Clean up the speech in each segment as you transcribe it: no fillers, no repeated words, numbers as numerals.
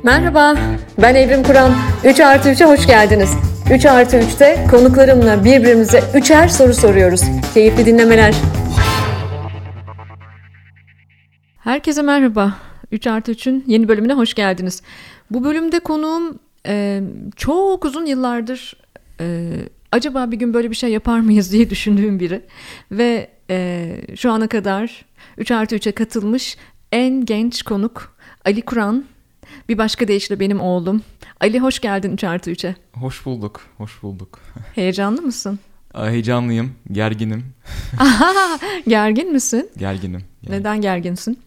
Merhaba, ben Evrim Kur'an. 3+3'e hoş geldiniz. 3+3'te konuklarımla birbirimize üçer soru soruyoruz. Keyifli dinlemeler. Herkese merhaba. 3+3'ün yeni bölümüne hoş geldiniz. Bu bölümde konuğum çok uzun yıllardır acaba bir gün böyle bir şey yapar mıyız diye düşündüğüm biri. Ve şu ana kadar 3+3'e katılmış en genç konuk Ali Kur'an. Bir başka deyişle benim oğlum. Ali, hoş geldin 3+3'e. Hoş bulduk, hoş bulduk. Heyecanlı mısın? Heyecanlıyım, gerginim. Aha, gergin misin? Gerginim. Yani. Neden gerginsin?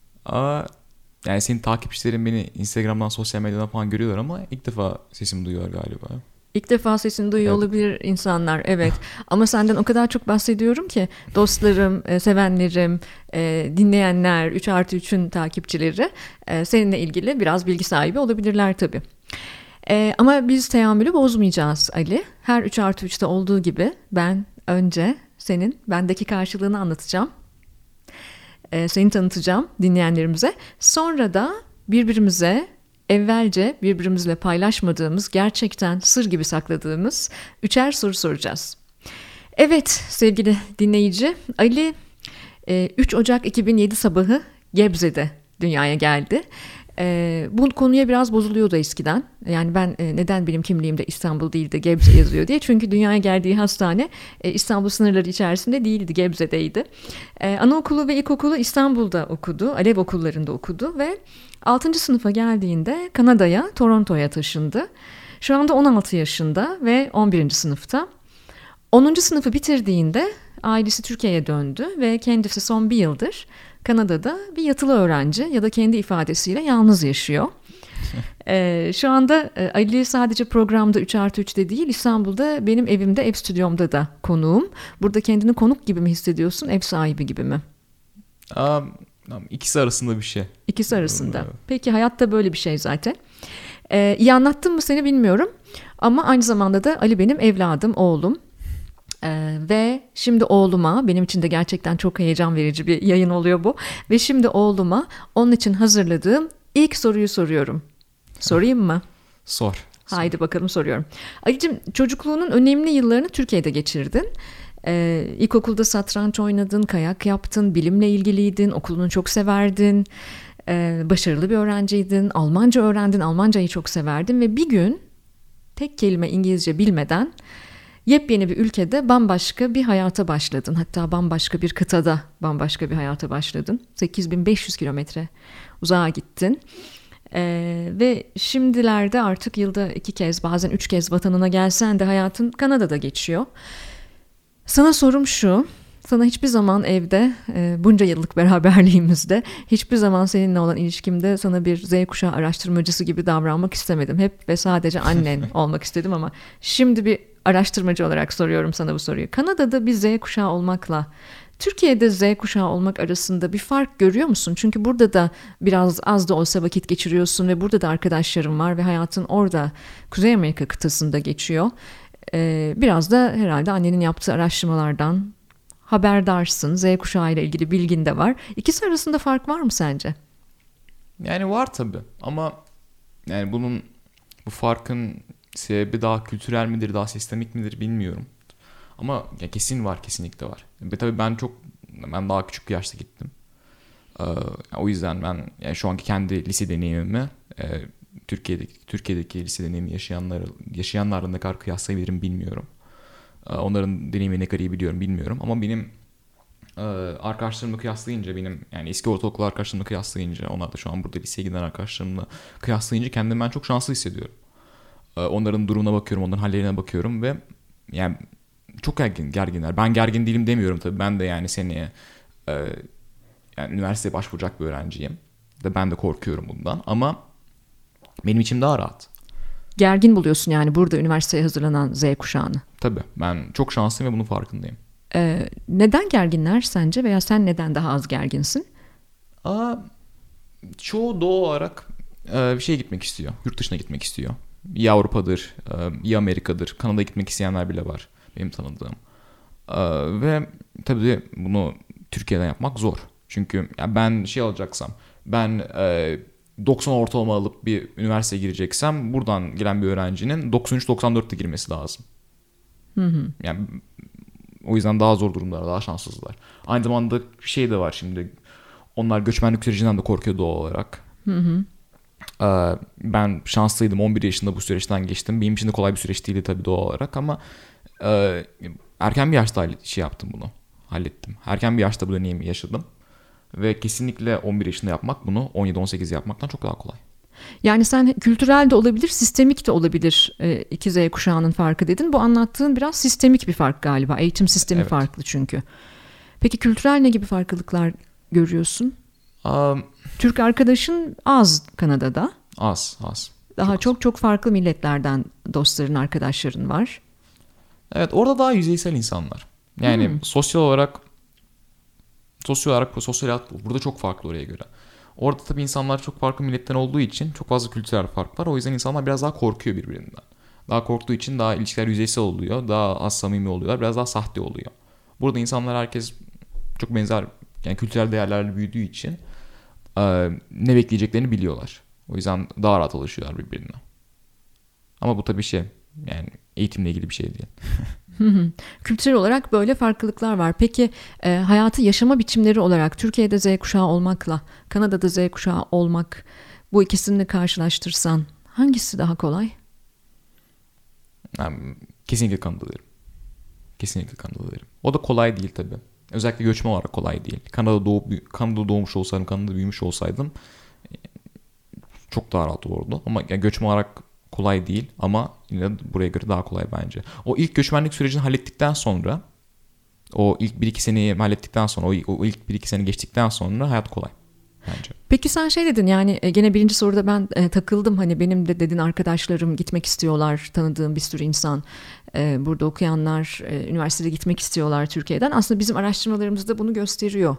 Yani senin takipçilerin beni Instagram'dan, sosyal medyadan falan görüyorlar ama ilk defa sesimi duyuyor galiba. İlk defa sesini duyuyor olabilir insanlar, evet. Ama senden o kadar çok bahsediyorum ki dostlarım, sevenlerim, dinleyenler, 3+3'ün takipçileri seninle ilgili biraz bilgi sahibi olabilirler tabii. Ama biz teamülü bozmayacağız Ali. Her 3+3'te olduğu gibi ben önce senin bendeki karşılığını anlatacağım. Seni tanıtacağım dinleyenlerimize. Sonra da evvelce birbirimizle paylaşmadığımız, gerçekten sır gibi sakladığımız üçer soru soracağız. Evet sevgili dinleyici, Ali 3 Ocak 2007 sabahı Gebze'de dünyaya geldi. Bu konuya biraz bozuluyordu eskiden. Yani ben neden benim kimliğimde İstanbul değil de Gebze yazıyor diye. Çünkü dünyaya geldiği hastane İstanbul sınırları içerisinde değildi, Gebze'deydi. Anaokulu ve ilkokulu İstanbul'da okudu, Alev okullarında okudu ve 6. sınıfa geldiğinde Kanada'ya, Toronto'ya taşındı. Şu anda 16 yaşında ve 11. sınıfta. 10. sınıfı bitirdiğinde ailesi Türkiye'ye döndü ve kendisi son bir yıldır Kanada'da bir yatılı öğrenci ya da kendi ifadesiyle yalnız yaşıyor. Şu anda Ali sadece programda 3+3'te değil, İstanbul'da benim evimde, ev stüdyomda da konuğum. Burada kendini konuk gibi mi hissediyorsun, ev sahibi gibi mi? İkisi arasında bir şey. İkisi arasında. Peki hayatta böyle bir şey zaten. İyi anlattım mı seni bilmiyorum. Ama aynı zamanda da Ali benim evladım, oğlum. Ve şimdi oğluma, benim için de gerçekten çok heyecan verici bir yayın oluyor bu. Ve şimdi oğluma onun için hazırladığım ilk soruyu soruyorum. Sorayım mı? Sor. Haydi bakalım, soruyorum. Ali'cim, çocukluğunun önemli yıllarını Türkiye'de geçirdin. İlkokulda satranç oynadın, kayak yaptın, bilimle ilgiliydin, okulunu çok severdin. Başarılı bir öğrenciydin, Almanca öğrendin, Almancayı çok severdin ve bir gün tek kelime İngilizce bilmeden yepyeni bir ülkede bambaşka bir hayata başladın. Hatta bambaşka bir kıtada bambaşka bir hayata başladın. 8500 kilometre uzağa gittin. Ve şimdilerde artık yılda 2 kez, bazen 3 kez vatanına gelsen de hayatın Kanada'da geçiyor. Sana sorum şu: sana hiçbir zaman evde, bunca yıllık beraberliğimizde, hiçbir zaman seninle olan ilişkimde sana bir Z kuşağı araştırmacısı gibi davranmak istemedim. Hep ve sadece annen olmak istedim ama şimdi bir araştırmacı olarak soruyorum sana bu soruyu. Kanada'da bir Z kuşağı olmakla Türkiye'de Z kuşağı olmak arasında bir fark görüyor musun? Çünkü burada da biraz az da olsa vakit geçiriyorsun ve burada da arkadaşların var ve hayatın orada, Kuzey Amerika kıtasında geçiyor. Biraz da herhalde annenin yaptığı araştırmalardan haberdarsın. Z kuşağı ile ilgili bilgin de var. İkisi arasında fark var mı sence? Yani var tabii ama yani bu farkın sebebi daha kültürel midir, daha sistemik midir bilmiyorum. Ama ya kesin var, kesinlikle var. Ve tabii ben daha küçük bir yaşta gittim. O yüzden ben yani şu anki kendi lise deneyimimi Türkiye'deki lise deneyimi yaşayanlarla ne kadar kıyaslayabilirim bilmiyorum. Onların deneyimi ne kadar iyi biliyorum bilmiyorum. Ama benim arkadaşlarımla kıyaslayınca, benim yani eski ortaokul arkadaşlarımla kıyaslayınca, onlar da şu an burada liseye giden arkadaşlarımla kıyaslayınca kendimi ben çok şanslı hissediyorum. Onların durumuna bakıyorum, onların hallerine bakıyorum ve yani çok gerginler. Ben gergin değilim demiyorum tabii. Ben de yani seneye yani üniversiteye başvuracak bir öğrenciyim. Ben de korkuyorum bundan ama benim içim daha rahat. Gergin buluyorsun yani burada üniversiteye hazırlanan Z kuşağını. Tabii ben çok şanslıyım ve bunun farkındayım. Neden gerginler sence veya sen neden daha az gerginsin? Çoğu doğal olarak bir şeye gitmek istiyor. Yurt dışına gitmek istiyor. İyi Avrupa'dır, iyi Amerika'dır. Kanada'ya gitmek isteyenler bile var benim tanıdığım. Ve tabii bunu Türkiye'den yapmak zor. Çünkü ben alacaksam, ben 90 ortalama alıp bir üniversiteye gireceksem buradan gelen bir öğrencinin 93-94'te girmesi lazım. Yani o yüzden daha zor durumlar, daha şanssızlar. Aynı zamanda şey de var şimdi. Onlar göçmenlik sürecinden de korkuyor doğal olarak. Ben şanslıydım. 11 yaşında bu süreçten geçtim. Benim için de kolay bir süreç değildi tabii doğal olarak ama erken bir yaşta yaptım bunu. Hallettim. Erken bir yaşta bu deneyimi yaşadım. Ve kesinlikle 11 yaşında yapmak bunu 17-18 yapmaktan çok daha kolay. Yani sen kültürel de olabilir, sistemik de olabilir 2Z kuşağının farkı dedin. Bu anlattığın biraz sistemik bir fark galiba. Eğitim sistemi farklı çünkü. Peki kültürel ne gibi farklılıklar görüyorsun? Türk arkadaşın az Kanada'da. Az. Daha çok farklı milletlerden dostların, arkadaşların var. Evet, orada daha yüzeysel insanlar. Yani sosyal olarak sosyal hayat burada çok farklı oraya göre. Orada tabii insanlar çok farklı milletten olduğu için çok fazla kültürel fark var. O yüzden insanlar biraz daha korkuyor birbirinden. Daha korktuğu için daha ilişkiler yüzeysel oluyor. Daha az samimi oluyorlar. Biraz daha sahte oluyor. Burada insanlar herkes çok benzer yani kültürel değerlerle büyüdüğü için ne bekleyeceklerini biliyorlar. O yüzden daha rahat alışıyorlar birbirine. Ama bu tabii yani eğitimle ilgili bir şey değil. Kültürel olarak böyle farklılıklar var. Peki hayatı yaşama biçimleri olarak Türkiye'de Z kuşağı olmakla Kanada'da Z kuşağı olmak, bu ikisini karşılaştırsan hangisi daha kolay? Yani, kesinlikle Kanada derim. Kesinlikle Kanada derim. O da kolay değil tabii. Özellikle göçmen olarak kolay değil. Kanada'da doğmuş olsaydım, Kanada'da büyümüş olsaydım çok daha rahat olurdu. Ama yani göçmen olarak kolay değil ama yine buraya göre daha kolay bence. O ilk göçmenlik sürecini hallettikten sonra, o ilk 1-2 seneyi hallettikten sonra, o ilk 1-2 sene geçtikten sonra hayat kolay bence. Peki sen dedin yani gene birinci soruda ben takıldım, hani benim de dedin arkadaşlarım gitmek istiyorlar, tanıdığım bir sürü insan burada okuyanlar üniversitede gitmek istiyorlar Türkiye'den. Aslında bizim araştırmalarımız da bunu gösteriyor.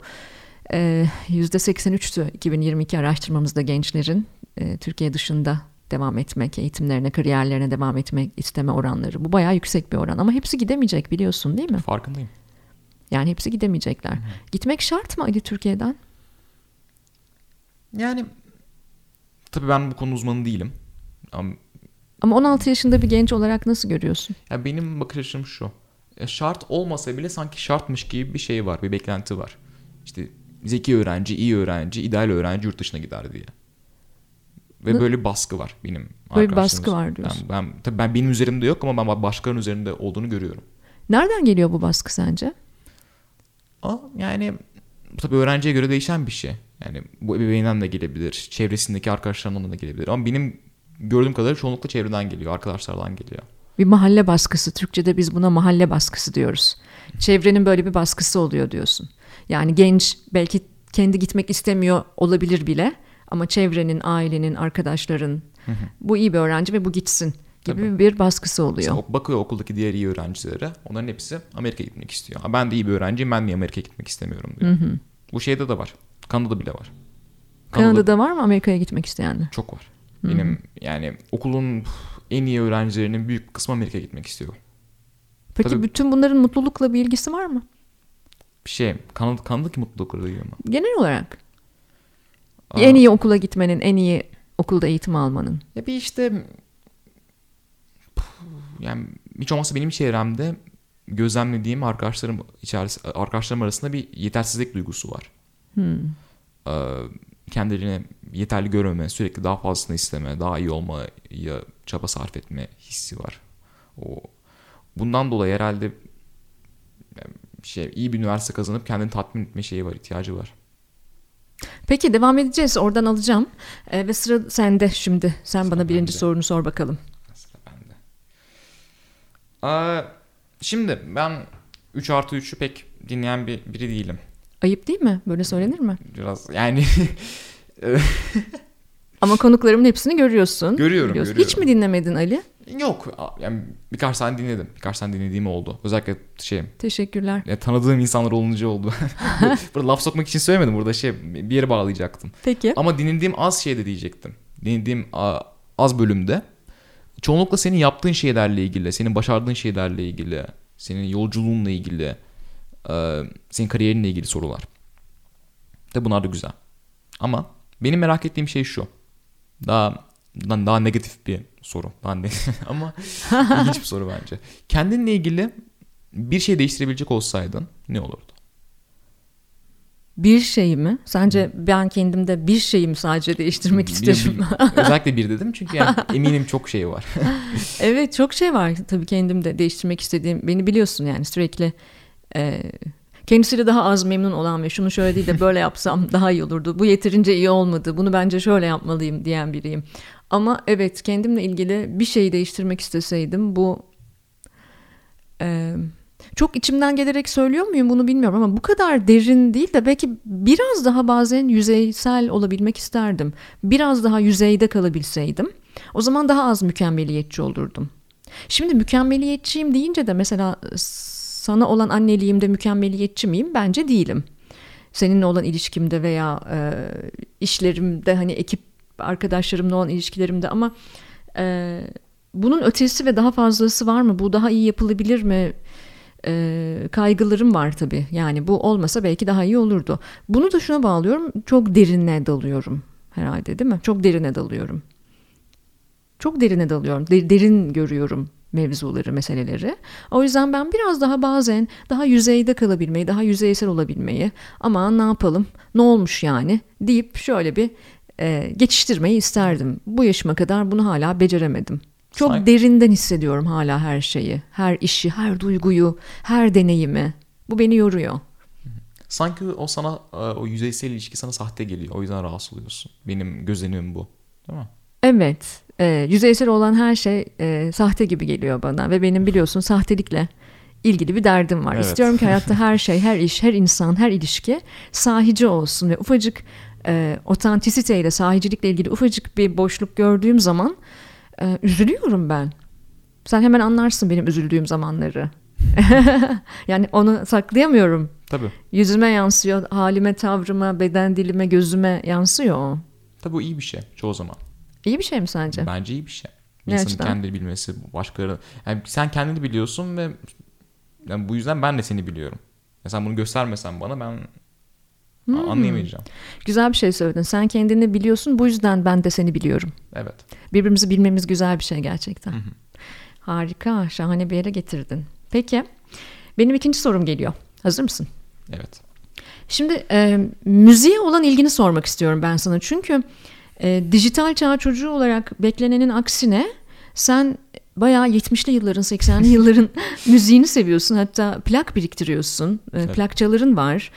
%83'tü 2022 araştırmamızda gençlerin Türkiye dışında devam etmek, eğitimlerine, kariyerlerine devam etmek isteme oranları. Bu bayağı yüksek bir oran ama hepsi gidemeyecek, biliyorsun değil mi? Farkındayım. Yani hepsi gidemeyecekler. Gitmek şart mı Ali Türkiye'den? Yani tabii ben bu konu uzmanı değilim. Ama 16 yaşında bir genç olarak nasıl görüyorsun? Ya benim bakış açım şu. Şart olmasa bile sanki şartmış gibi bir şey var, bir beklenti var. İşte zeki öğrenci, iyi öğrenci, ideal öğrenci yurt dışına gider diye. Ve böyle bir baskı var benim. Böyle bir baskı var diyorsun. Tabii benim üzerimde yok ama ben başkalarının üzerinde olduğunu görüyorum. Nereden geliyor bu baskı sence? Yani tabii öğrenciye göre değişen bir şey. Yani bu ebeveynden de gelebilir, çevresindeki arkadaşlarından da gelebilir. Ama benim gördüğüm kadarıyla çoğunlukla çevreden geliyor, arkadaşlardan geliyor. Bir mahalle baskısı. Türkçe'de biz buna mahalle baskısı diyoruz. Çevrenin böyle bir baskısı oluyor diyorsun. Yani genç belki kendi gitmek istemiyor olabilir bile. Ama çevrenin, ailenin, arkadaşların bu iyi bir öğrenci ve bu gitsin gibi tabii bir baskısı oluyor. Mesela bakıyor okuldaki diğer iyi öğrencilere. Onların hepsi Amerika'ya gitmek istiyor. Ben de iyi bir öğrenciyim, ben niye Amerika'ya gitmek istemiyorum diyor. Bu şeyde de var. Kanada'da bile var. Kanada'da var mı Amerika'ya gitmek isteyenler? Çok var. Benim yani okulun en iyi öğrencilerinin büyük bir kısmı Amerika'ya gitmek istiyor. Peki tabii, bütün bunların mutlulukla bir ilgisi var mı? Kanada'daki mutlulukla ilgili mi? Genel olarak. En iyi okula gitmenin, en iyi okulda eğitim almanın. Ya bir işte yani hiç olmazsa benim çevremde gözlemlediğim arkadaşlarım arasında bir yetersizlik duygusu var. Kendilerini yeterli görmeme, sürekli daha fazlasını isteme, daha iyi olmaya çaba sarf etme hissi var. Bundan dolayı herhalde iyi bir üniversite kazanıp kendini tatmin etme şeyi var, ihtiyacı var. Peki devam edeceğiz. Oradan alacağım. Ve sıra sende şimdi. Sen bana birinci sorunu sor bakalım. Sıra bende. Şimdi ben 3+3'ü pek dinleyen biri değilim. Ayıp değil mi? Böyle söylenir mi? Biraz yani. Ama konuklarımın hepsini görüyorsun. Görüyorum. Hiç mi dinlemedin Ali? Yok. Yani birkaç tane dinledim. Birkaç tane dinlediğim oldu. Özellikle Teşekkürler. Tanıdığım insanlar olunca oldu. Burada laf sokmak için söylemedim. Burada bir yere bağlayacaktım. Peki. Ama dinlediğim az şeyde diyecektim. Dinlediğim az bölümde çoğunlukla senin yaptığın şeylerle ilgili, senin başardığın şeylerle ilgili, senin yolculuğunla ilgili, senin kariyerinle ilgili sorular. Tabi bunlar da güzel. Ama benim merak ettiğim şey şu. Daha negatif bir soru. Ama ilginç bir soru bence. Kendinle ilgili bir şey değiştirebilecek olsaydın ne olurdu? Bir şey mi? Sence ben kendimde bir şeyi mi sadece değiştirmek isterim? Özellikle bir dedim çünkü yani eminim çok şey var. Evet, çok şey var tabii kendimde değiştirmek istediğim. Beni biliyorsun yani sürekli kendisiyle daha az memnun olan ve şunu şöyle değil de böyle yapsam daha iyi olurdu. Bu yeterince iyi olmadı. Bunu bence şöyle yapmalıyım diyen biriyim. Ama evet, kendimle ilgili bir şeyi değiştirmek isteseydim bu çok içimden gelerek söylüyor muyum bunu bilmiyorum ama bu kadar derin değil de belki biraz daha bazen yüzeysel olabilmek isterdim. Biraz daha yüzeyde kalabilseydim o zaman daha az mükemmeliyetçi olurdum. Şimdi mükemmeliyetçiyim deyince de mesela sana olan anneliğimde mükemmeliyetçi miyim? Bence değilim. Seninle olan ilişkimde veya işlerimde, hani ekip arkadaşlarımla olan ilişkilerimde, ama bunun ötesi ve daha fazlası var mı? Bu daha iyi yapılabilir mi? Kaygılarım var tabii. Yani bu olmasa belki daha iyi olurdu. Bunu da şuna bağlıyorum. Çok derine dalıyorum herhalde, değil mi? Çok derine dalıyorum. Çok derine dalıyorum. Derin görüyorum mevzuları, meseleleri. O yüzden ben biraz daha bazen daha yüzeyde kalabilmeyi, daha yüzeysel olabilmeyi, ama ne yapalım, ne olmuş yani deyip şöyle bir geçiştirmeyi isterdim. Bu yaşıma kadar bunu hala beceremedim. Çok derinden hissediyorum hala her şeyi, her işi, her duyguyu, her deneyimi. Bu beni yoruyor. Sanki o yüzeysel ilişki sana sahte geliyor. O yüzden rahatsız oluyorsun. Benim gözlemim bu. Değil mi? Evet. Yüzeysel olan her şey sahte gibi geliyor bana ve benim biliyorsun sahtelikle ilgili bir derdim var. Evet. İstiyorum ki hayatta her şey, her iş, her insan, her ilişki sahici olsun ve ufacık otantisiteyle, sahicilikle ilgili ufacık bir boşluk gördüğüm zaman üzülüyorum ben. Sen hemen anlarsın benim üzüldüğüm zamanları. Yani onu saklayamıyorum. Tabii. Yüzüme yansıyor, halime, tavrıma, beden dilime, gözüme yansıyor o. Tabii bu iyi bir şey çoğu zaman. İyi bir şey mi sence? Bence iyi bir şey. Bir insanın kendini bilmesi, başkaları. Yani sen kendini biliyorsun ve yani bu yüzden ben de seni biliyorum. Ya sen bunu göstermesen bana ben anlayamayacağım. Güzel bir şey söyledin. Sen kendini biliyorsun, bu yüzden ben de seni biliyorum. Evet. Birbirimizi bilmemiz güzel bir şey gerçekten. Harika, şahane bir yere getirdin. Peki, benim ikinci sorum geliyor. Hazır mısın? Evet. Şimdi müziğe olan ilgini sormak istiyorum ben sana. Çünkü dijital çağ çocuğu olarak beklenenin aksine sen bayağı 70'li yılların, 80'li yılların müziğini seviyorsun. Hatta plak biriktiriyorsun. Evet. Plakçaların var.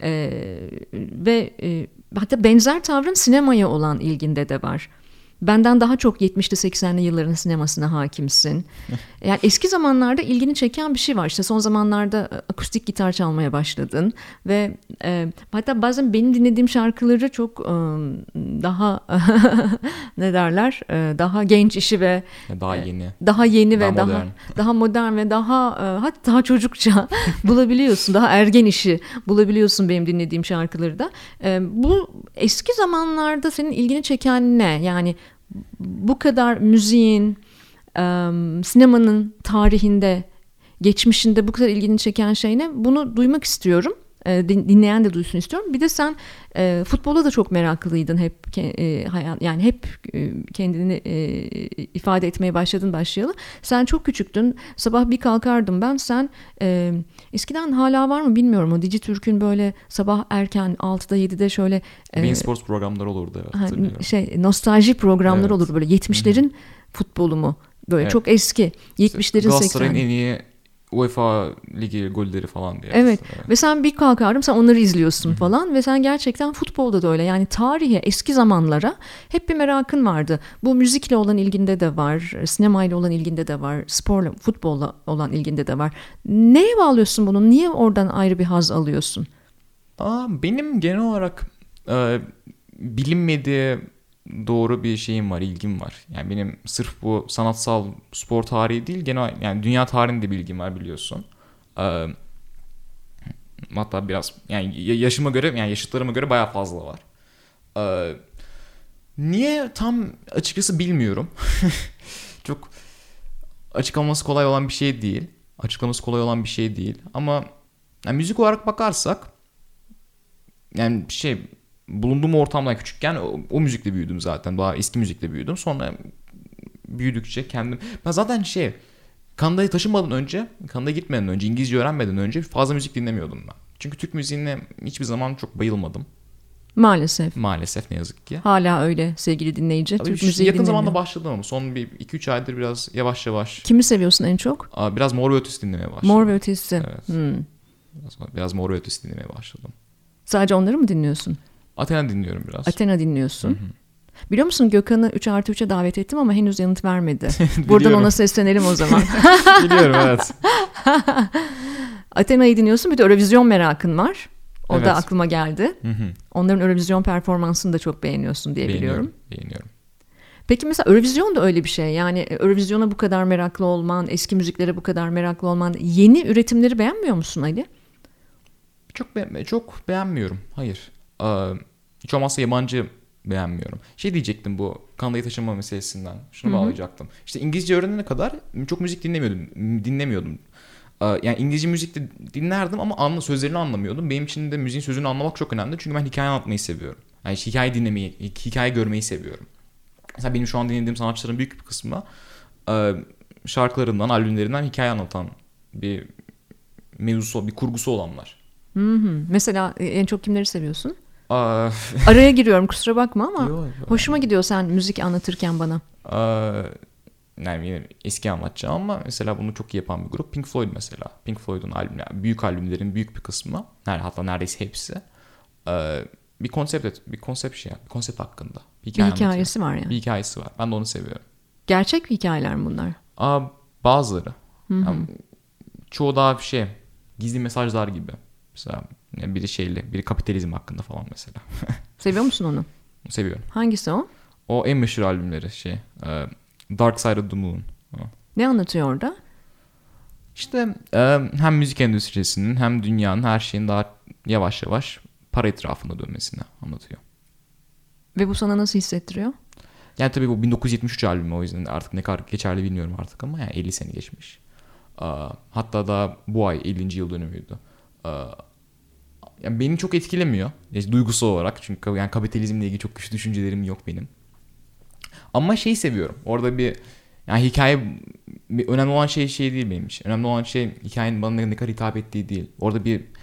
Ve hatta benzer tavrın sinemaya olan ilginde de var. Benden daha çok 70'li 80'li yılların sinemasına hakimsin. Yani eski zamanlarda ilgini çeken bir şey var. İşte son zamanlarda akustik gitar çalmaya başladın ve hatta bazen benim dinlediğim şarkıları çok daha ne derler? Daha genç işi ve daha yeni. Daha yeni ve daha modern ve hatta çocukça bulabiliyorsun. Daha ergen işi bulabiliyorsun benim dinlediğim şarkıları da. Bu eski zamanlarda senin ilgini çeken ne? Yani bu kadar müziğin, sinemanın tarihinde, geçmişinde bu kadar ilgini çeken şey ne? Bunu duymak istiyorum. Dinleyen de duysun istiyorum. Bir de sen futbola da çok meraklıydın hep, yani hep kendini ifade etmeye başlayalı. Sen çok küçüktün. Sabah bir kalkardım ben. Sen eskiden hala var mı bilmiyorum. O Dijitürk'ün böyle sabah erken 6'da 7'de şöyle Bein Sports programları olurdu. Evet, nostalji programları olur böyle 70'lerin futbolu mu? Böyle çok eski 70'lerin Galatasaray'ın en iyi UEFA Ligi golleri falan diye. Evet. Ve sen bir kalkardım, sen onları izliyorsun falan ve sen gerçekten futbolda da öyle. Yani tarihe, eski zamanlara hep bir merakın vardı. Bu müzikle olan ilginde de var, sinemayla olan ilginde de var, sporla, futbolla olan ilginde de var. Neye bağlıyorsun bunu? Niye oradan ayrı bir haz alıyorsun? Benim genel olarak bilinmediği doğru bir şeyim var, ilgim var. Yani benim sırf bu sanatsal spor tarihi değil, genel yani dünya tarihinde bilgim var biliyorsun. Hatta biraz yani yaşıma göre, yani yaşıtlarıma göre bayağı fazla var. Niye tam açıkçası bilmiyorum. Çok açıklaması kolay olan bir şey değil. Ama yani müzik olarak bakarsak yani bulunduğum ortamdan küçükken o müzikle büyüdüm zaten. Daha eski müzikle büyüdüm. Sonra büyüdükçe kendim... Ben zaten Kanada'ya taşınmadan önce, Kanada'ya gitmeden önce, İngilizce öğrenmeden önce fazla müzik dinlemiyordum ben. Çünkü Türk müziğine hiçbir zaman çok bayılmadım. Maalesef. Maalesef, ne yazık ki. Hala öyle sevgili dinleyici. Tabii Türk müziği yakın dinlemiyor. zamanda başladım ama son 2-3 aydır biraz yavaş yavaş. Kimi seviyorsun en çok? Biraz Mor ve Ötesi dinlemeye başladım. Mor ve Ötesi. Evet. Biraz Mor ve Ötesi dinlemeye başladım. Sadece onları mı dinliyorsun? Athena dinliyorum biraz. Athena dinliyorsun. Hı. Biliyor musun, Gökhan'ı 3+3'e davet ettim ama henüz yanıt vermedi. Buradan ona seslenelim o zaman. Biliyorum, evet. Athena'yı dinliyorsun, bir de Eurovision merakın var. O Evet. da aklıma geldi. Hı. Onların Eurovision performansını da çok beğeniyorsun diye biliyorum. Beğeniyorum. Peki mesela Eurovision da öyle bir şey. Yani Eurovision'a bu kadar meraklı olman, eski müziklere bu kadar meraklı olman, yeni üretimleri beğenmiyor musun Ali? Çok beğenmiyorum. Hayır. Hiç olmazsa yabancı beğenmiyorum. Diyecektim bu Kanada'yı taşınma meselesinden. Şunu bağlayacaktım. İşte İngilizce öğrenene kadar çok müzik dinlemiyordum. Yani İngilizce müzik de dinlerdim ama sözlerini anlamıyordum. Benim için de müziğin sözünü anlamak çok önemli. Çünkü ben hikaye anlatmayı seviyorum. Yani hikaye dinlemeyi, hikaye görmeyi seviyorum. Mesela benim şu an dinlediğim sanatçıların büyük bir kısmı şarkılarından, albümlerinden hikaye anlatan bir mevzusu, bir kurgusu olanlar. Mesela en çok kimleri seviyorsun? Aa, Araya giriyorum, kusura bakma ama Yok. hoşuma gidiyor sen müzik anlatırken bana. Yani yine eski anlatacağım ama mesela bunu çok iyi yapan bir grup Pink Floyd mesela. Pink Floyd'un büyük albümlerin büyük bir kısmı, hatta neredeyse hepsi bir konsept hakkında. Bir hikayesi var yani. Bir hikayesi var. Ben de onu seviyorum. Gerçek hikayeler mi bunlar? Bazıları. Yani, çoğu daha gizli mesajlar gibi. Mesela biri kapitalizm hakkında falan mesela. Seviyor musun onu? Seviyorum. Hangisi o? O en meşhur albümleri Dark Side of the Moon. Ne anlatıyor orada? Hem müzik endüstrisinin hem dünyanın, her şeyin daha yavaş yavaş para etrafında dönmesini anlatıyor. Ve bu sana nasıl hissettiriyor? Yani tabii bu 1973 albümü, o yüzden artık ne kadar geçerli bilmiyorum artık ama yani 50 sene geçmiş. Hatta da bu ay 50. yıl dönümüydü. Yani beni çok etkilemiyor duygusal olarak, çünkü yani kapitalizmle ilgili çok güçlü düşüncelerim yok benim. Ama seviyorum. Orada yani hikaye, önemli olan şey değil benim için. Önemli olan hikayenin bana ne kadar hitap ettiği değil. Orada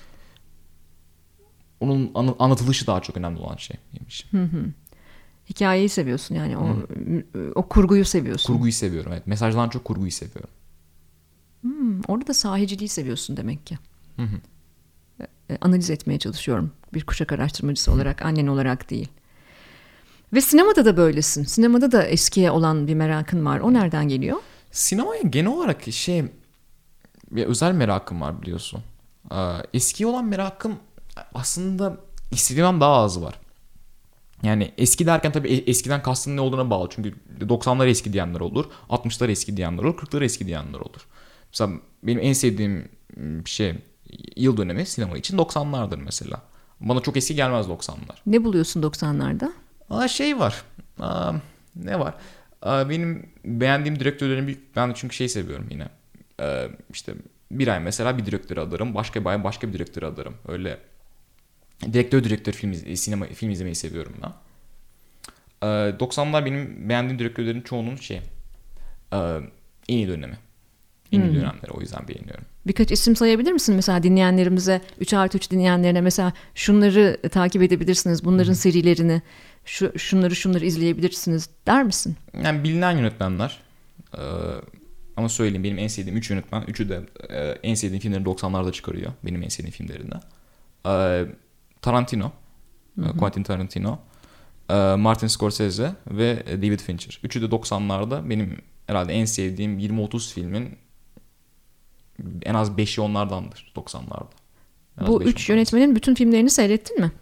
onun anlatılışı daha çok önemli olan benim için. Hikayeyi seviyorsun yani, o kurguyu seviyorsun. Kurguyu seviyorum, evet. Mesajdan çok kurguyu seviyorum. Orada da sahiciliği seviyorsun demek ki. Analiz etmeye çalışıyorum bir kuşak araştırmacısı olarak, annen olarak değil. Ve sinemada da böylesin. Sinemada da eskiye olan bir merakın var. O nereden geliyor? Sinemaya genel olarak bir özel merakım var, biliyorsun. Eskiye olan merakım aslında istediğimden daha az var. Yani eski derken tabii eskiden kastının ne olduğuna bağlı. Çünkü 90'lar eski diyenler olur, 60'lar eski diyenler olur, 40'lar eski diyenler olur. Mesela benim en sevdiğim yıl dönemi sinema için 90'lardır mesela. Bana çok eski gelmez 90'lar. Ne buluyorsun 90'larda? Var. Ne var? Benim beğendiğim direktörlerin ben de çünkü seviyorum yine. Bir ay mesela bir direktörü adarım. Başka bir ay başka bir direktörü adarım. Öyle direktör film izlemeyi seviyorum ben. 90'lar benim beğendiğim direktörlerin çoğunun en iyi dönemi. En iyi dönemleri, o yüzden beğeniyorum. Birkaç isim sayabilir misin mesela dinleyenlerimize, 3+3 dinleyenlerine, mesela şunları takip edebilirsiniz, bunların serilerini, şunları izleyebilirsiniz der misin? Yani bilinen yönetmenler, ama söyleyeyim, benim en sevdiğim 3 yönetmen, üçü de en sevdiğim filmlerini 90'larda çıkarıyor, benim en sevdiğim filmlerini. Tarantino, Quentin Tarantino, Martin Scorsese ve David Fincher. Üçü de 90'larda benim herhalde en sevdiğim 20-30 filmin en az 5'i onlardandır 90'larda. Bu 3 yönetmenin bütün filmlerini seyrettin mi?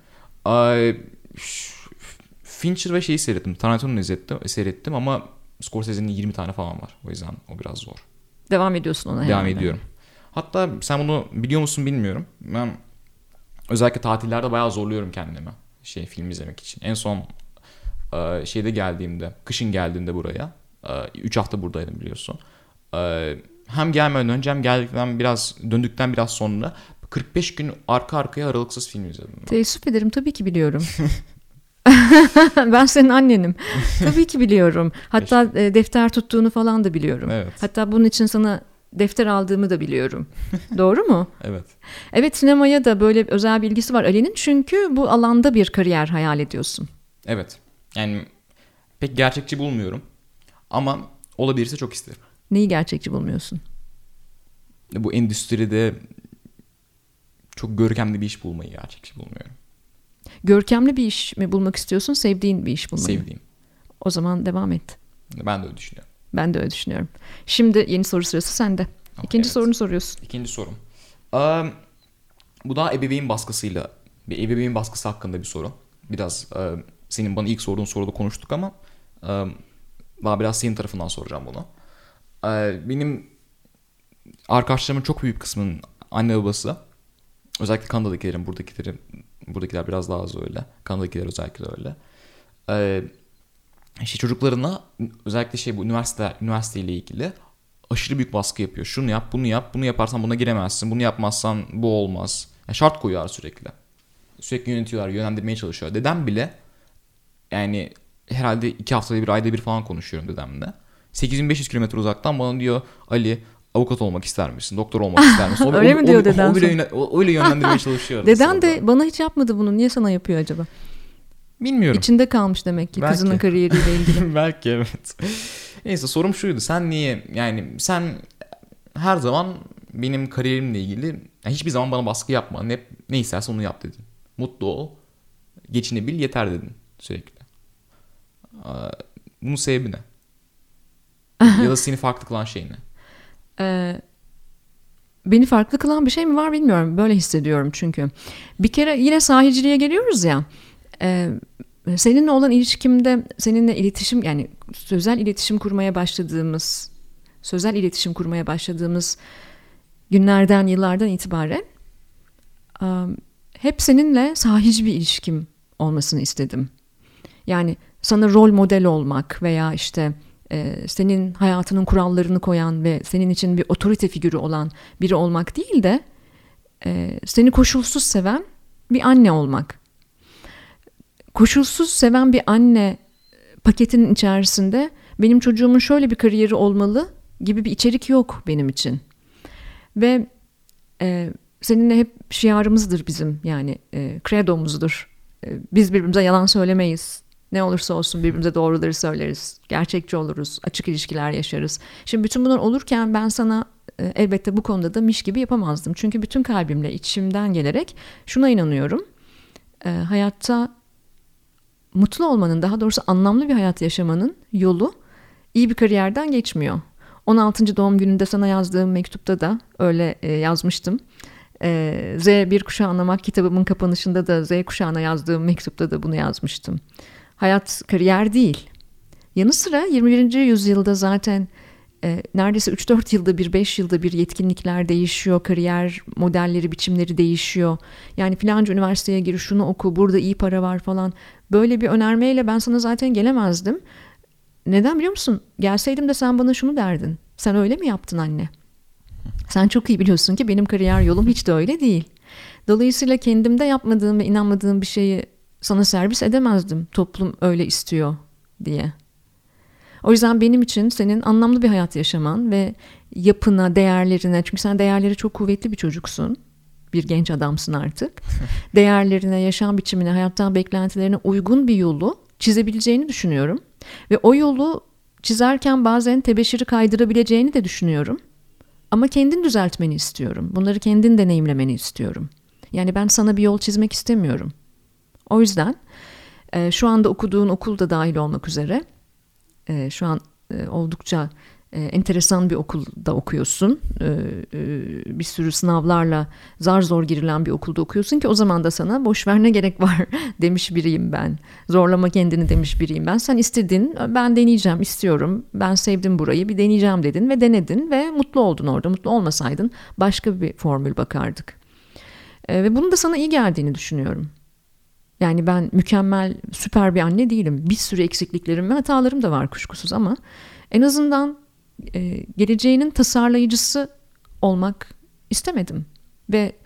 Fincher ve seyrettim. Tarantino'yu seyrettim ama Scorsese'nin 20 tane falan var. O yüzden o biraz zor. Devam ediyorsun ona. Devam ediyorum. Hatta sen bunu biliyor musun bilmiyorum. Ben özellikle tatillerde bayağı zorluyorum kendimi film izlemek için. En son kışın geldiğimde buraya 3 hafta buradaydım, biliyorsun. Hem gelmeden önce hem döndükten biraz sonra 45 gün arka arkaya aralıksız film izledim. Teessüf ederim, tabii ki biliyorum. Ben senin annenim. Tabii ki biliyorum. Hatta defter tuttuğunu falan da biliyorum. Evet. Hatta bunun için sana defter aldığımı da biliyorum. Doğru mu? Evet. Evet, sinemaya da böyle özel bir ilgisi var Ali'nin. Çünkü bu alanda bir kariyer hayal ediyorsun. Evet. Yani pek gerçekçi bulmuyorum. Ama olabilirse çok isterim. Neyi gerçekçi bulmuyorsun? Bu endüstride çok görkemli bir iş bulmayı gerçekçi bulmuyorum. Görkemli bir iş mi bulmak istiyorsun, sevdiğin bir iş bulmayı? Sevdiğim. O zaman devam et. Ben de öyle düşünüyorum. Ben de öyle düşünüyorum. Şimdi yeni soru sırası sende. İkinci sorunu soruyorsun. İkinci sorum. Bu daha ebeveyn baskısıyla, bir ebeveyn baskısı hakkında bir soru. Biraz senin bana ilk sorduğun soruda konuştuk ama daha biraz senin tarafından soracağım bunu. Benim arkadaşlarımın çok büyük kısmının anne babası, özellikle Kanada'dakilerin, buradakiler biraz daha az öyle. Kanada'dakiler özellikle öyle. İşte çocuklarına özellikle bu üniversiteyle ilgili aşırı büyük baskı yapıyor. Şunu yap, bunu yap, bunu yaparsan buna giremezsin, bunu yapmazsan bu olmaz. Yani şart koyuyorlar sürekli. Sürekli yönetiyorlar, yönlendirmeye çalışıyor. Dedem bile, yani herhalde 2 haftada bir, ayda bir falan konuşuyorum dedemle. 8500 kilometre uzaktan bana diyor, Ali avukat olmak ister misin, doktor olmak ister misin? Öyle mi diyor deden? Öyle yönlendirmeye çalışıyor. Deden de bana hiç yapmadı bunu. Niye sana yapıyor acaba? Bilmiyorum. İçinde kalmış demek ki Belki. Kızının kariyeriyle ilgili. Belki evet. Neyse, sorum şuydu. Sen niye, yani sen her zaman benim kariyerimle ilgili, yani hiçbir zaman bana baskı yapma. Ne istersen onu yap dedin. Mutlu ol. Geçinebil, yeter dedin sürekli. Bunun sebebi ne? Ya da seni farklı kılan şey ne? Beni farklı kılan bir şey mi var bilmiyorum. Böyle hissediyorum çünkü. Bir kere yine sahiciliğe geliyoruz ya. Seninle olan ilişkimde, seninle iletişim, yani sözel iletişim kurmaya başladığımız günlerden, yıllardan itibaren hep seninle sahici bir ilişkim olmasını istedim. Yani sana rol model olmak veya işte senin hayatının kurallarını koyan ve senin için bir otorite figürü olan biri olmak değil de seni koşulsuz seven bir anne olmak. Koşulsuz seven bir anne paketinin içerisinde benim çocuğumun şöyle bir kariyeri olmalı gibi bir içerik yok benim için. Ve seninle hep şiarımızdır bizim, yani credomuzdur. Biz birbirimize yalan söylemeyiz. Ne olursa olsun birbirimize doğruları söyleriz. Gerçekçi oluruz. Açık ilişkiler yaşarız. Şimdi bütün bunlar olurken ben sana elbette bu konuda da miş gibi yapamazdım. Çünkü bütün kalbimle, içimden gelerek şuna inanıyorum. Hayatta mutlu olmanın, daha doğrusu anlamlı bir hayat yaşamanın yolu iyi bir kariyerden geçmiyor. 16. doğum gününde sana yazdığım mektupta da öyle yazmıştım. Z1 kuşağı anlamak kitabımın kapanışında da Z kuşağına yazdığım mektupta da bunu yazmıştım. Hayat kariyer değil. Yanı sıra 21. yüzyılda zaten neredeyse 3-4 yılda bir, 5 yılda bir yetkinlikler değişiyor, kariyer modelleri, biçimleri değişiyor. Yani filanca üniversiteye gir, şunu oku, burada iyi para var falan. Böyle bir önermeyle ben sana zaten gelemezdim. Neden biliyor musun? Gelseydim de sen bana şunu derdin. Sen öyle mi yaptın anne? Sen çok iyi biliyorsun ki benim kariyer yolum hiç de öyle değil. Dolayısıyla kendimde yapmadığım ve inanmadığım bir şeyi sana servis edemezdim. Toplum öyle istiyor diye. O yüzden benim için senin anlamlı bir hayat yaşaman ve yapına, değerlerine, çünkü sen değerleri çok kuvvetli bir çocuksun. Bir genç adamsın artık. Değerlerine, yaşam biçimine, hayattan beklentilerine uygun bir yolu çizebileceğini düşünüyorum. Ve o yolu çizerken bazen tebeşiri kaydırabileceğini de düşünüyorum. Ama kendin düzeltmeni istiyorum. Bunları kendin deneyimlemeni istiyorum. Yani ben sana bir yol çizmek istemiyorum. O yüzden şu anda okuduğun okul da dahil olmak üzere şu an oldukça enteresan bir okulda okuyorsun. Bir sürü sınavlarla zar zor girilen bir okulda okuyorsun ki o zaman da sana boş ver ne gerek var demiş biriyim ben. Zorlama kendini demiş biriyim ben. Sen istedin, ben deneyeceğim, istiyorum. Ben sevdim burayı, bir deneyeceğim dedin ve denedin ve mutlu oldun orada. Mutlu olmasaydın başka bir formül bakardık. Ve bunun da sana iyi geldiğini düşünüyorum. Yani ben mükemmel, süper bir anne değilim. Bir sürü eksikliklerim ve hatalarım da var kuşkusuz ama en azından geleceğinin tasarlayıcısı olmak istemedim. Ve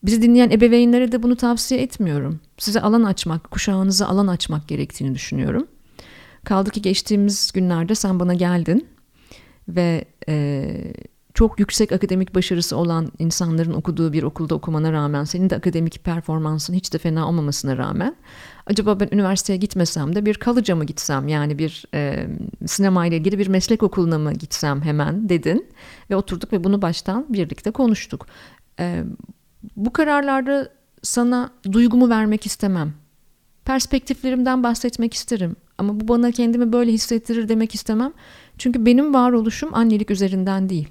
Bizi dinleyen ebeveynlere de bunu tavsiye etmiyorum. Size alan açmak, kuşağınıza alan açmak gerektiğini düşünüyorum. Kaldı ki geçtiğimiz günlerde sen bana geldin ve çok yüksek akademik başarısı olan insanların okuduğu bir okulda okumana rağmen, senin de akademik performansın hiç de fena olmamasına rağmen, acaba ben üniversiteye gitmesem de bir college'a mı gitsem, yani bir sinema ile ilgili bir meslek okuluna mı gitsem hemen dedin ve oturduk ve bunu baştan birlikte konuştuk. Bu kararlarda sana duygumu vermek istemem. Perspektiflerimden bahsetmek isterim. Ama bu bana kendimi böyle hissettirir demek istemem. Çünkü benim varoluşum annelik üzerinden değil.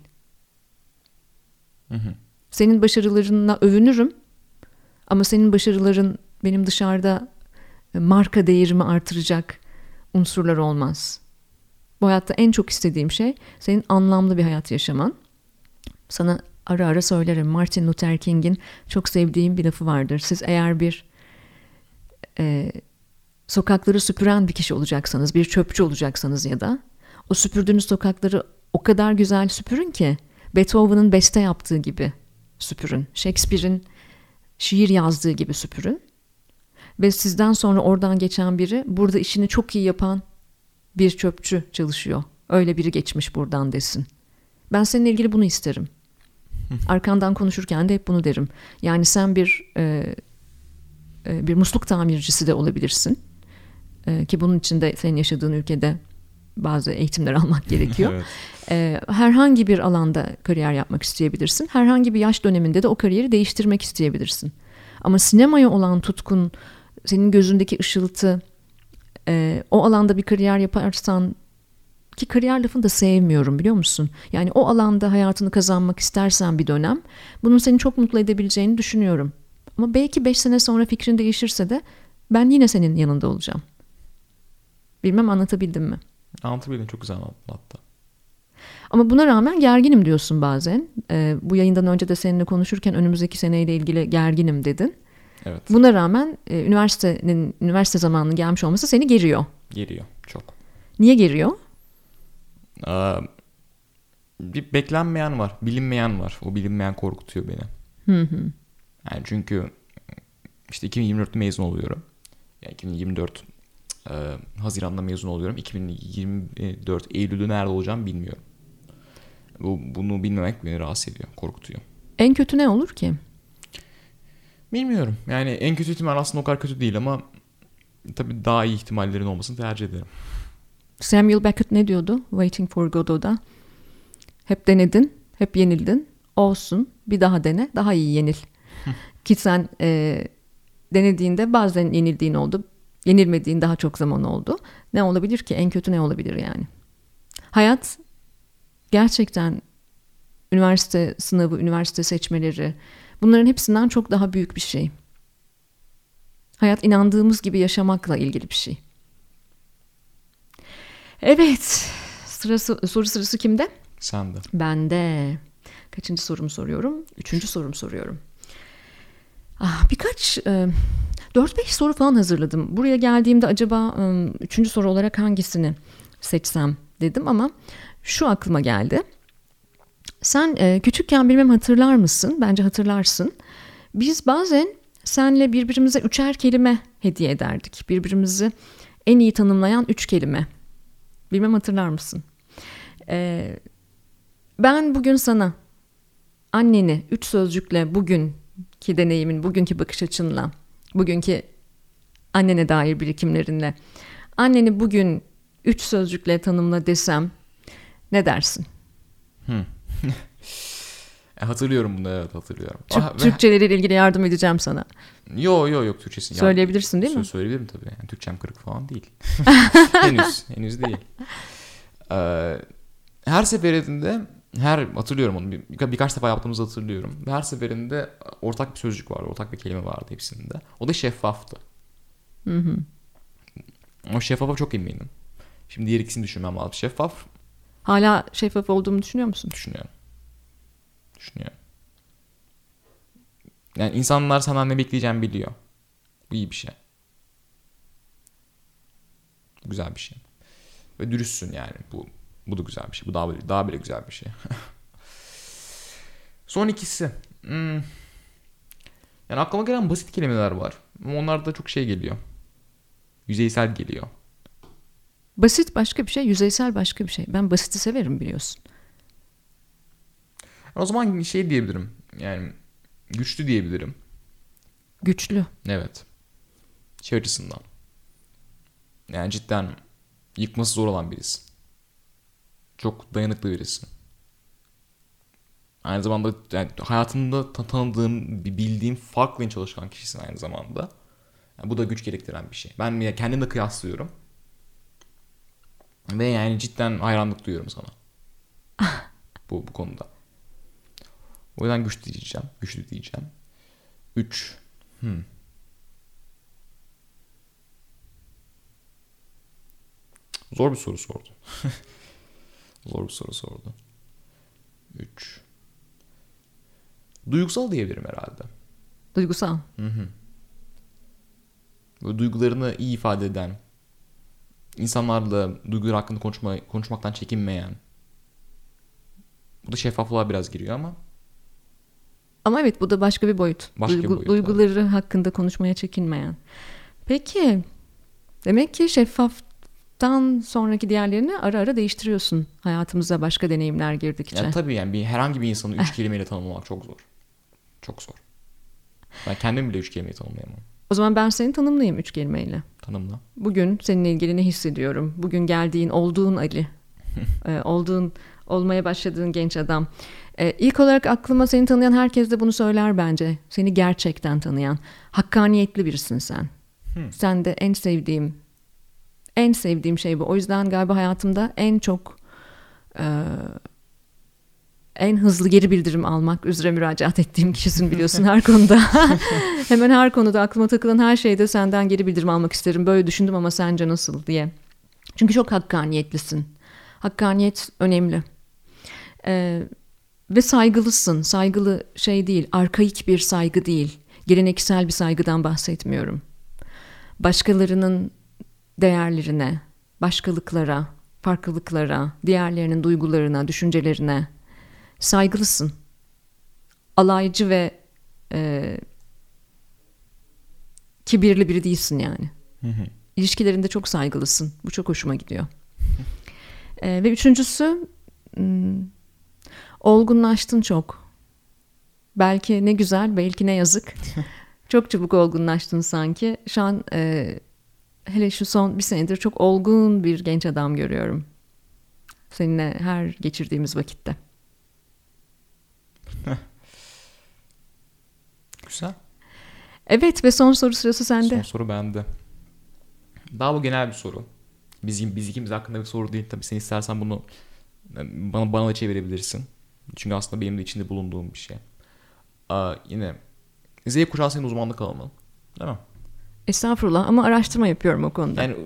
Senin başarılarınla övünürüm. Ama senin başarıların benim dışarıda marka değerimi artıracak unsurlar olmaz. Bu hayatta en çok istediğim şey senin anlamlı bir hayat yaşaman. Sana ara ara söylerim. Martin Luther King'in çok sevdiğim bir lafı vardır. Siz eğer bir sokakları süpüren bir kişi olacaksanız, bir çöpçü olacaksanız ya da o süpürdüğünüz sokakları o kadar güzel süpürün ki Beethoven'ın beste yaptığı gibi süpürün. Shakespeare'in şiir yazdığı gibi süpürün. Ve sizden sonra oradan geçen biri, burada işini çok iyi yapan bir çöpçü çalışıyor. Öyle biri geçmiş buradan desin. Ben seninle ilgili bunu isterim. Arkandan konuşurken de hep bunu derim. Yani sen bir musluk tamircisi de olabilirsin. Ki bunun için de senin yaşadığın ülkede bazı eğitimler almak gerekiyor. Evet. Herhangi bir alanda kariyer yapmak isteyebilirsin. Herhangi bir yaş döneminde de o kariyeri değiştirmek isteyebilirsin. Ama sinemaya olan tutkun, senin gözündeki ışıltı, o alanda bir kariyer yaparsan, ki kariyer lafını da sevmiyorum biliyor musun? Yani o alanda hayatını kazanmak istersen bir dönem, bunun seni çok mutlu edebileceğini düşünüyorum. Ama belki 5 sene sonra fikrin değişirse de ben yine senin yanında olacağım. Bilmem anlatabildim mi? Anlatabildim, çok güzel anlattın hatta. Ama buna rağmen gerginim diyorsun bazen. Bu yayından önce de seninle konuşurken önümüzdeki seneyle ilgili gerginim dedin. Evet. Buna rağmen üniversite zamanının gelmiş olması seni geriyor. Geriyor çok. Niye geriyor? Bir beklenmeyen var, bilinmeyen var. O bilinmeyen korkutuyor beni. Yani çünkü işte 2024'te mezun oluyorum. Yani 2024 Haziran'da mezun oluyorum. 2024 Eylül'de nerede olacağım bilmiyorum. Bunu bilmemek beni rahatsız ediyor, korkutuyor. En kötü ne olur ki? Bilmiyorum. Yani en kötü ihtimal aslında o kadar kötü değil ama tabii daha iyi ihtimallerin olmasını tercih ederim. Samuel Beckett ne diyordu? Waiting for Godot'da. Hep denedin, hep yenildin. Olsun, bir daha dene, daha iyi yenil. Ki sen denediğinde bazen yenildiğin oldu. Yenilmediğin daha çok zaman oldu. Ne olabilir ki? En kötü ne olabilir yani? Hayat gerçekten üniversite sınavı, üniversite seçmeleri, bunların hepsinden çok daha büyük bir şey. Hayat inandığımız gibi yaşamakla ilgili bir şey. Evet, soru sırası kimde? Sende. Bende. Kaçıncı sorumu soruyorum? 3. sorumu soruyorum. Birkaç 4-5 soru falan hazırladım. Buraya geldiğimde acaba 3. soru olarak hangisini seçsem dedim ama şu aklıma geldi. Sen küçükken bilmem hatırlar mısın? Bence hatırlarsın. Biz bazen senle birbirimize 3'er kelime hediye ederdik. Birbirimizi en iyi tanımlayan 3 kelime. Bilmem hatırlar mısın? Ben bugün sana anneni 3 sözcükle, bugünkü deneyimin, bugünkü bakış açınla, bugünkü annene dair birikimlerinle anneni bugün 3 sözcükle tanımla desem ne dersin? Hatırlıyorum bunu, evet hatırlıyorum. Türkçeleriyle ilgili yardım edeceğim sana. Yok Türkçesini. Söyleyebilirsin değil mi? Söyleyebilirim tabii. Yani Türkçem kırık falan değil. henüz değil. Her seferinde hatırlıyorum onu. Birkaç defa yaptığımızı hatırlıyorum. Ve her seferinde ortak bir sözcük vardı. Ortak bir kelime vardı hepsinde. O da şeffaftı. O şeffafa çok eminim. Şimdi diğer ikisini düşünmem lazım. Şeffaf. Hala şeffaf olduğumu düşünüyor musun? Düşünüyorum. Yani insanlar senden ne bekleyeceğini biliyor. Bu iyi bir şey. Bu güzel bir şey. Ve dürüstsün yani. Bu da güzel bir şey. Bu daha bile güzel bir şey. Son ikisi. Yani aklıma gelen basit kelimeler var. Ama onlar da çok şey geliyor. Yüzeysel geliyor. Basit başka bir şey, yüzeysel başka bir şey. Ben basiti severim biliyorsun. O zaman şey diyebilirim. Yani güçlü diyebilirim. Güçlü. Evet. Şey açısından. Yani cidden yıkması zor olan birisi. Çok dayanıklı birisi. Aynı zamanda yani hayatımda tanıdığım, bildiğim farklı en çalışkan kişisin aynı zamanda. Yani bu da güç gerektiren bir şey. Ben kendimle kıyaslıyorum. Ve yani cidden hayranlık duyuyorum sana. bu konuda. O yüzden güçlü diyeceğim. Güçlü diyeceğim. 3. Zor bir soru sordu. Zor bir soru sordu. 3. Duygusal diyebilirim herhalde. Duygusal. Böyle duygularını iyi ifade eden, insanlarla duygular hakkında konuşmaktan çekinmeyen. Bu da şeffaflığa biraz giriyor ama. Ama evet, bu da başka bir boyut. Başka bir boyut, duyguları hakkında konuşmaya çekinmeyen. Peki, demek ki şeffaftan sonraki diğerlerini ara ara değiştiriyorsun. Hayatımıza başka deneyimler girdikçe. Yani tabii yani herhangi bir insanı 3 kelimeyle tanımlamak çok zor. Çok zor. Ben kendim bile 3 kelimeyi tanımlayamam. O zaman ben seni tanımlayayım 3 kelimeyle. Tanımla. Bugün seninle ilgili ne hissediyorum? Bugün geldiğin, olduğun Ali. Olmaya başladığın genç adam. İlk olarak aklıma seni tanıyan herkes de bunu söyler bence. Seni gerçekten tanıyan. Hakkaniyetli birisin sen. Sen de en sevdiğim şey bu. O yüzden galiba hayatımda en hızlı geri bildirim almak üzere müracaat ettiğim kişisin biliyorsun her konuda. Hemen her konuda aklıma takılan her şeyde senden geri bildirim almak isterim. Böyle düşündüm ama sence nasıl diye. Çünkü çok hakkaniyetlisin. Hakkaniyet önemli. Ve saygılısın. Saygılı şey değil, arkaik bir saygı değil. Geleneksel bir saygıdan bahsetmiyorum. Başkalarının değerlerine, başkalıklara, farklılıklara, diğerlerinin duygularına, düşüncelerine saygılısın. Alaycı ve kibirli biri değilsin yani. İlişkilerinde çok saygılısın. Bu çok hoşuma gidiyor. Ve üçüncüsü, olgunlaştın çok. Belki ne güzel, belki ne yazık. Çok çabuk olgunlaştın sanki. Şu an hele şu son bir senedir çok olgun bir genç adam görüyorum. Seninle her geçirdiğimiz vakitte. Güzel. Evet ve son soru sırası sende. Son soru bende. Daha bu genel bir soru. Biz ikimiz hakkında bir soru değil. Tabii sen istersen bunu bana da çevirebilirsin. Çünkü aslında benim de içinde bulunduğum bir şey. Yine Z kuşağı senin uzmanlık alanın. Değil mi? Estağfurullah ama araştırma yapıyorum o konuda. Yani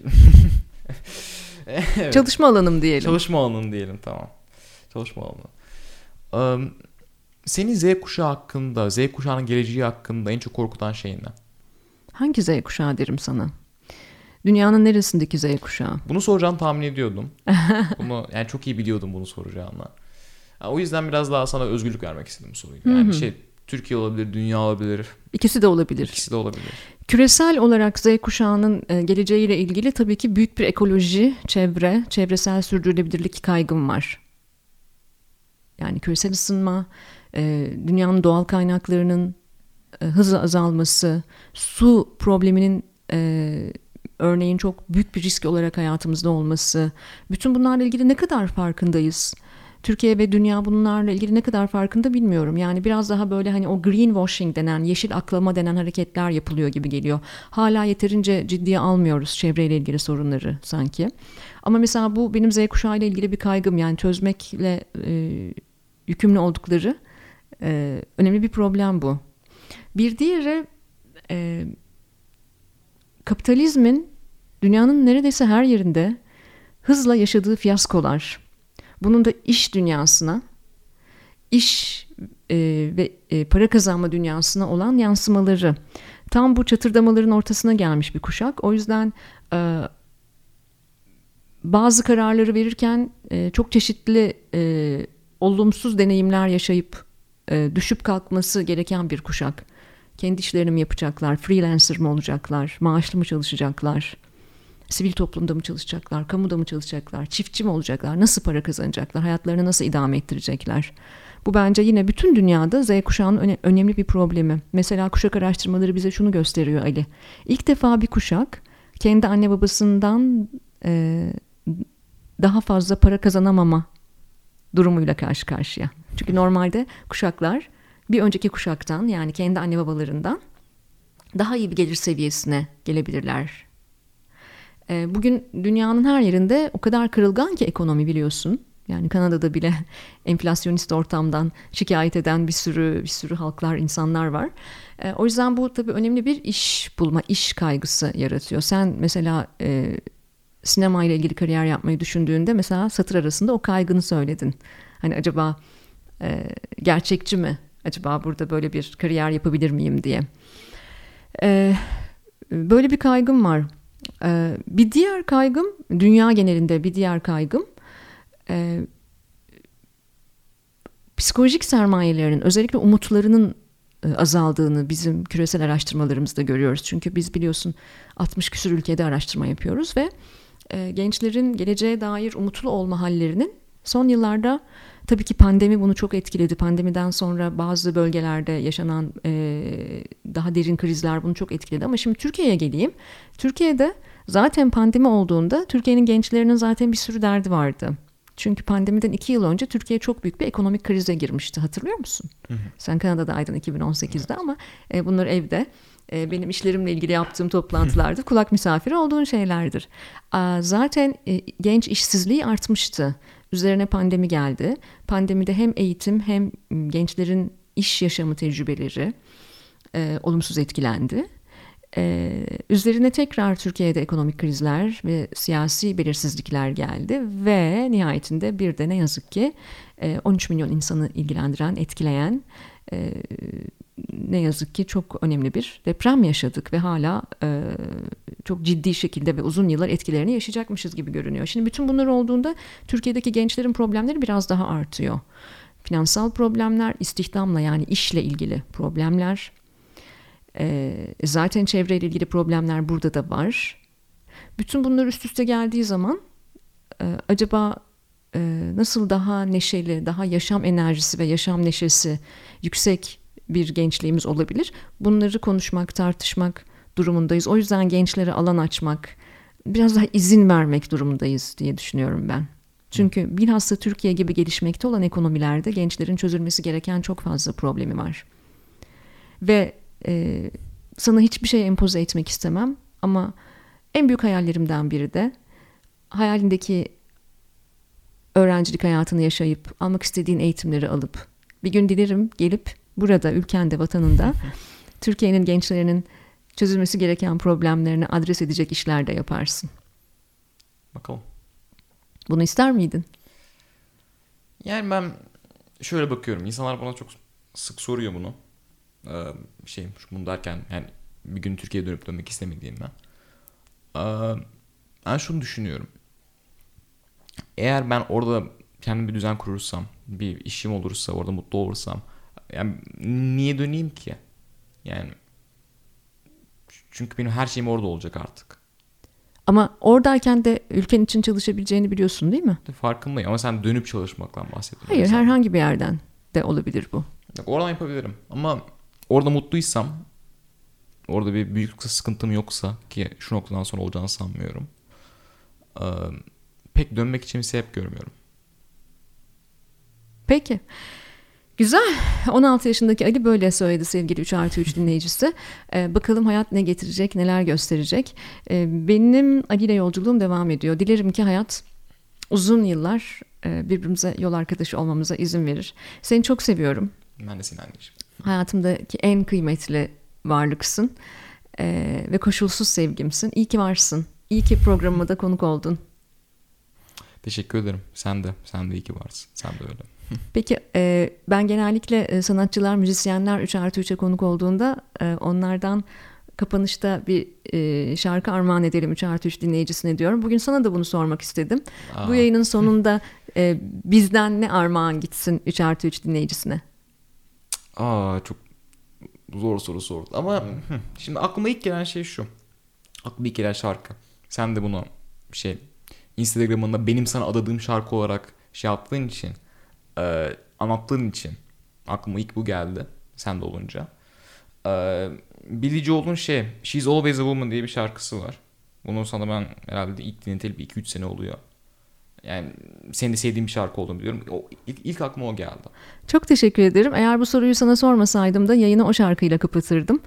evet. Çalışma alanım diyelim. Çalışma alanın diyelim, tamam. Çalışma alanı. Seni Z kuşağı hakkında, Z kuşağının geleceği hakkında en çok korkutan şey ne? Hangi Z kuşağı derim sana? Dünyanın neresindeki Z kuşağı? Bunu soracağını tahmin ediyordum. Yani çok iyi biliyordum bunu soracağını. O yüzden biraz daha sana özgürlük vermek istedim bu soruyu. Yani Türkiye olabilir, dünya olabilir. İkisi de olabilir. İkisi de olabilir. Küresel olarak Z kuşağının geleceğiyle ilgili tabii ki büyük bir ekoloji, çevresel sürdürülebilirlik kaygım var. Yani küresel ısınma, dünyanın doğal kaynaklarının hızla azalması, su probleminin örneğin çok büyük bir risk olarak hayatımızda olması. Bütün bunlarla ilgili ne kadar farkındayız? Türkiye ve dünya bunlarla ilgili ne kadar farkında bilmiyorum. Yani biraz daha böyle hani o greenwashing denen, yeşil aklama denen hareketler yapılıyor gibi geliyor. Hala yeterince ciddiye almıyoruz çevreyle ilgili sorunları sanki. Ama mesela bu benim Z kuşağıyla ilgili bir kaygım. Yani çözmekle yükümlü oldukları önemli bir problem bu. Bir diğeri kapitalizmin dünyanın neredeyse her yerinde hızla yaşadığı fiyaskolar. Bunun da iş dünyasına, iş ve para kazanma dünyasına olan yansımaları. Tam bu çatırdamaların ortasına gelmiş bir kuşak. O yüzden bazı kararları verirken çok çeşitli olumsuz deneyimler yaşayıp düşüp kalkması gereken bir kuşak. Kendi işlerini mi yapacaklar? Freelancer mı olacaklar? Maaşlı mı çalışacaklar? Sivil toplumda mı çalışacaklar? Kamuda mı çalışacaklar? Çiftçi mi olacaklar? Nasıl para kazanacaklar? Hayatlarını nasıl idame ettirecekler? Bu bence yine bütün dünyada Z kuşağının önemli bir problemi. Mesela kuşak araştırmaları bize şunu gösteriyor Ali. İlk defa bir kuşak kendi anne babasından daha fazla para kazanamama durumuyla karşı karşıya. Çünkü normalde kuşaklar bir önceki kuşaktan, yani kendi anne babalarından daha iyi bir gelir seviyesine gelebilirler. Bugün dünyanın her yerinde o kadar kırılgan ki ekonomi, biliyorsun. Yani Kanada'da bile enflasyonist ortamdan şikayet eden bir sürü halklar, insanlar var. O yüzden bu tabii önemli bir iş bulma, iş kaygısı yaratıyor. Sen mesela sinema ile ilgili kariyer yapmayı düşündüğünde mesela satır arasında o kaygını söyledin. Hani acaba gerçekçi mi? Acaba burada böyle bir kariyer yapabilir miyim diye. Böyle bir kaygım var. Bir diğer kaygım, dünya genelinde bir diğer kaygım, psikolojik sermayelerinin, özellikle umutlarının azaldığını bizim küresel araştırmalarımızda görüyoruz. Çünkü biz biliyorsun 60 küsur ülkede araştırma yapıyoruz ve gençlerin geleceğe dair umutlu olma hallerinin son yıllarda, tabii ki pandemi bunu çok etkiledi. Pandemiden sonra bazı bölgelerde yaşanan daha derin krizler bunu çok etkiledi. Ama şimdi Türkiye'ye geleyim. Türkiye'de zaten pandemi olduğunda Türkiye'nin gençlerinin zaten bir sürü derdi vardı. Çünkü pandemiden 2 yıl önce Türkiye çok büyük bir ekonomik krize girmişti. Hatırlıyor musun? Hı hı. Sen Kanada'daydın 2018'de, evet. Ama bunlar evde. Benim işlerimle ilgili yaptığım toplantılarda kulak misafiri olduğun şeylerdir. Zaten genç işsizliği artmıştı. Üzerine pandemi geldi. Pandemide hem eğitim hem gençlerin iş yaşamı tecrübeleri olumsuz etkilendi. Üzerine tekrar Türkiye'de ekonomik krizler ve siyasi belirsizlikler geldi ve nihayetinde bir de ne yazık ki 13 milyon insanı ilgilendiren, etkileyen, ne yazık ki çok önemli bir deprem yaşadık ve hala çok ciddi şekilde ve uzun yıllar etkilerini yaşayacakmışız gibi görünüyor. Şimdi bütün bunlar olduğunda Türkiye'deki gençlerin problemleri biraz daha artıyor. Finansal problemler, istihdamla, yani işle ilgili problemler, zaten çevreyle ilgili problemler burada da var. Bütün bunlar üst üste geldiği zaman acaba nasıl daha neşeli, daha yaşam enerjisi ve yaşam neşesi yüksek bir gençliğimiz olabilir? Bunları konuşmak, tartışmak durumundayız. O yüzden gençlere alan açmak, biraz daha izin vermek durumundayız diye düşünüyorum ben. Çünkü bilhassa Türkiye gibi gelişmekte olan ekonomilerde gençlerin çözülmesi gereken çok fazla problemi var. Ve sana hiçbir şey empoze etmek istemem ama en büyük hayallerimden biri de hayalindeki öğrencilik hayatını yaşayıp almak istediğin eğitimleri alıp bir gün dilerim gelip burada, ülkende, vatanında Türkiye'nin gençlerinin çözülmesi gereken problemlerini adres edecek işler de yaparsın. Bakalım. Bunu ister miydin? Yani ben şöyle bakıyorum. İnsanlar bana çok sık soruyor bunu. Bunu derken yani bir gün Türkiye'ye dönmek istemediğimden. Ben şunu düşünüyorum. Eğer ben orada kendim bir düzen kurursam, bir işim olursa, orada mutlu olursam, yani niye döneyim ki? Yani çünkü benim her şeyim orada olacak artık. Ama oradayken de ülken için çalışabileceğini biliyorsun, değil mi? Farkındayım ama sen dönüp çalışmaktan bahsediyorsun. Hayır, herhangi bir yerden de olabilir bu. Oradan yapabilirim ama orada mutluysam, orada bir büyük sıkıntım yoksa, ki şu noktadan sonra olacağını sanmıyorum, pek dönmek için bir sebep görmüyorum. Peki. Güzel. 16 yaşındaki Ali böyle söyledi sevgili 3+3 dinleyicisi. Bakalım hayat ne getirecek, neler gösterecek. Benim Ali ile yolculuğum devam ediyor. Dilerim ki hayat uzun yıllar birbirimize yol arkadaşı olmamıza izin verir. Seni çok seviyorum. Ben de seni anneciğim. Hayatımdaki en kıymetli varlıksın ve koşulsuz sevgimsin. İyi ki varsın. İyi ki programıma da konuk oldun. Teşekkür ederim. Sen de iyi ki varsın. Sen de öyle. Peki ben genellikle sanatçılar, müzisyenler 3+3'e konuk olduğunda onlardan kapanışta bir şarkı armağan edelim 3+3 dinleyicisine diyorum. Bugün sana da bunu sormak istedim. Bu yayının sonunda bizden ne armağan gitsin 3+3 dinleyicisine? Çok zor soru sordun. Ama şimdi aklıma ilk gelen şey şu. Aklıma ilk gelen şarkı. Sen de bunu Instagram'ında benim sana adadığım şarkı olarak şey yaptığın için, anlattığın için aklıma ilk bu geldi. Sen de olunca. Billie Joel'un She's Always a Woman diye bir şarkısı var. Bunu sana ben herhalde ilk dinleteli bir 2-3 sene oluyor. Yani senin de sevdiğin bir şarkı olduğunu biliyorum. İlk aklıma o geldi. Çok teşekkür ederim. Eğer bu soruyu sana sormasaydım da yayını o şarkıyla kapatırdım.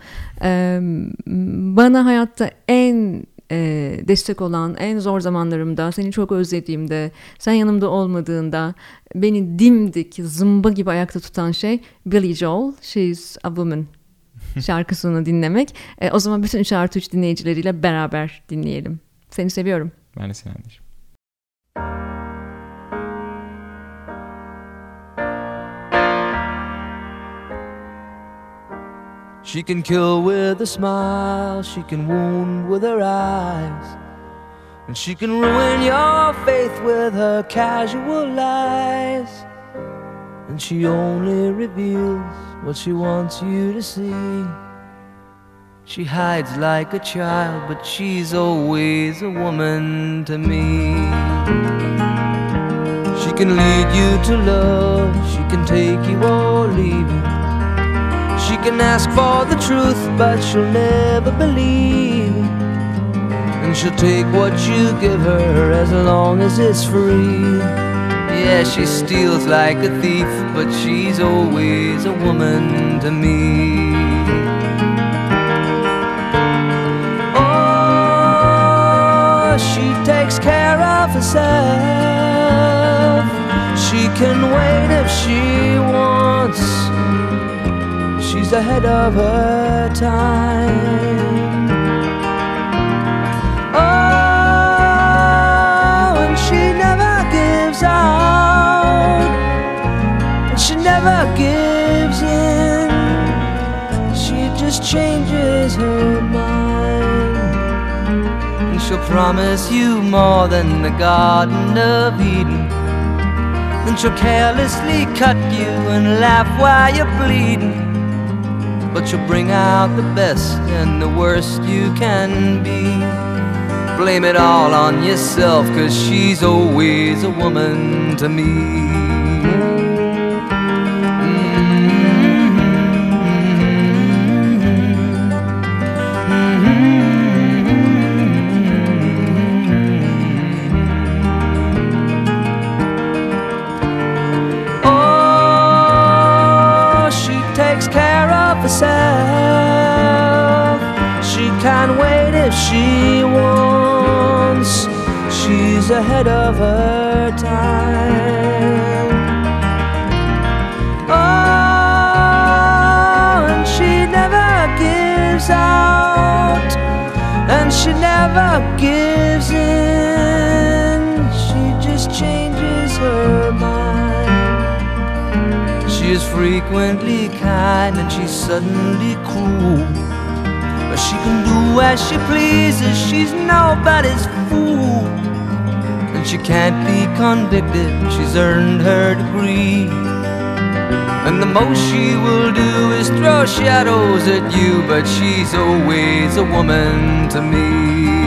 Bana hayatta en destek olan, en zor zamanlarımda, seni çok özlediğimde, sen yanımda olmadığında beni dimdik, zımba gibi ayakta tutan şey Billie Joel, She's a Woman şarkısını dinlemek. O zaman bütün 3+3 dinleyicileriyle beraber dinleyelim. Seni seviyorum. Ben de seni anneciğim. She can kill with a smile, she can wound with her eyes, and she can ruin your faith with her casual lies. And she only reveals what she wants you to see. She hides like a child, but she's always a woman to me. She can lead you to love, she can take you or leave you. She can ask for the truth, but she'll never believe. And she'll take what you give her as long as it's free. Yeah, she steals like a thief, but she's always a woman to me. Oh, she takes care of herself. She can wait if she wants. She's ahead of her time. Oh, and she never gives out, and she never gives in. She just changes her mind, and she'll promise you more than the Garden of Eden. Then she'll carelessly cut you and laugh while you're bleeding. But you'll bring out the best and the worst you can be. Blame it all on yourself, 'cause she's always a woman to me. She can't wait if she wants. She's ahead of her time. Oh, and she never gives out, and she never gives in. She just changes her mind. She is frequently kind and she's suddenly cruel. But she can do as she pleases, she's nobody's fool. And she can't be convicted, she's earned her degree. And the most she will do is throw shadows at you, but she's always a woman to me.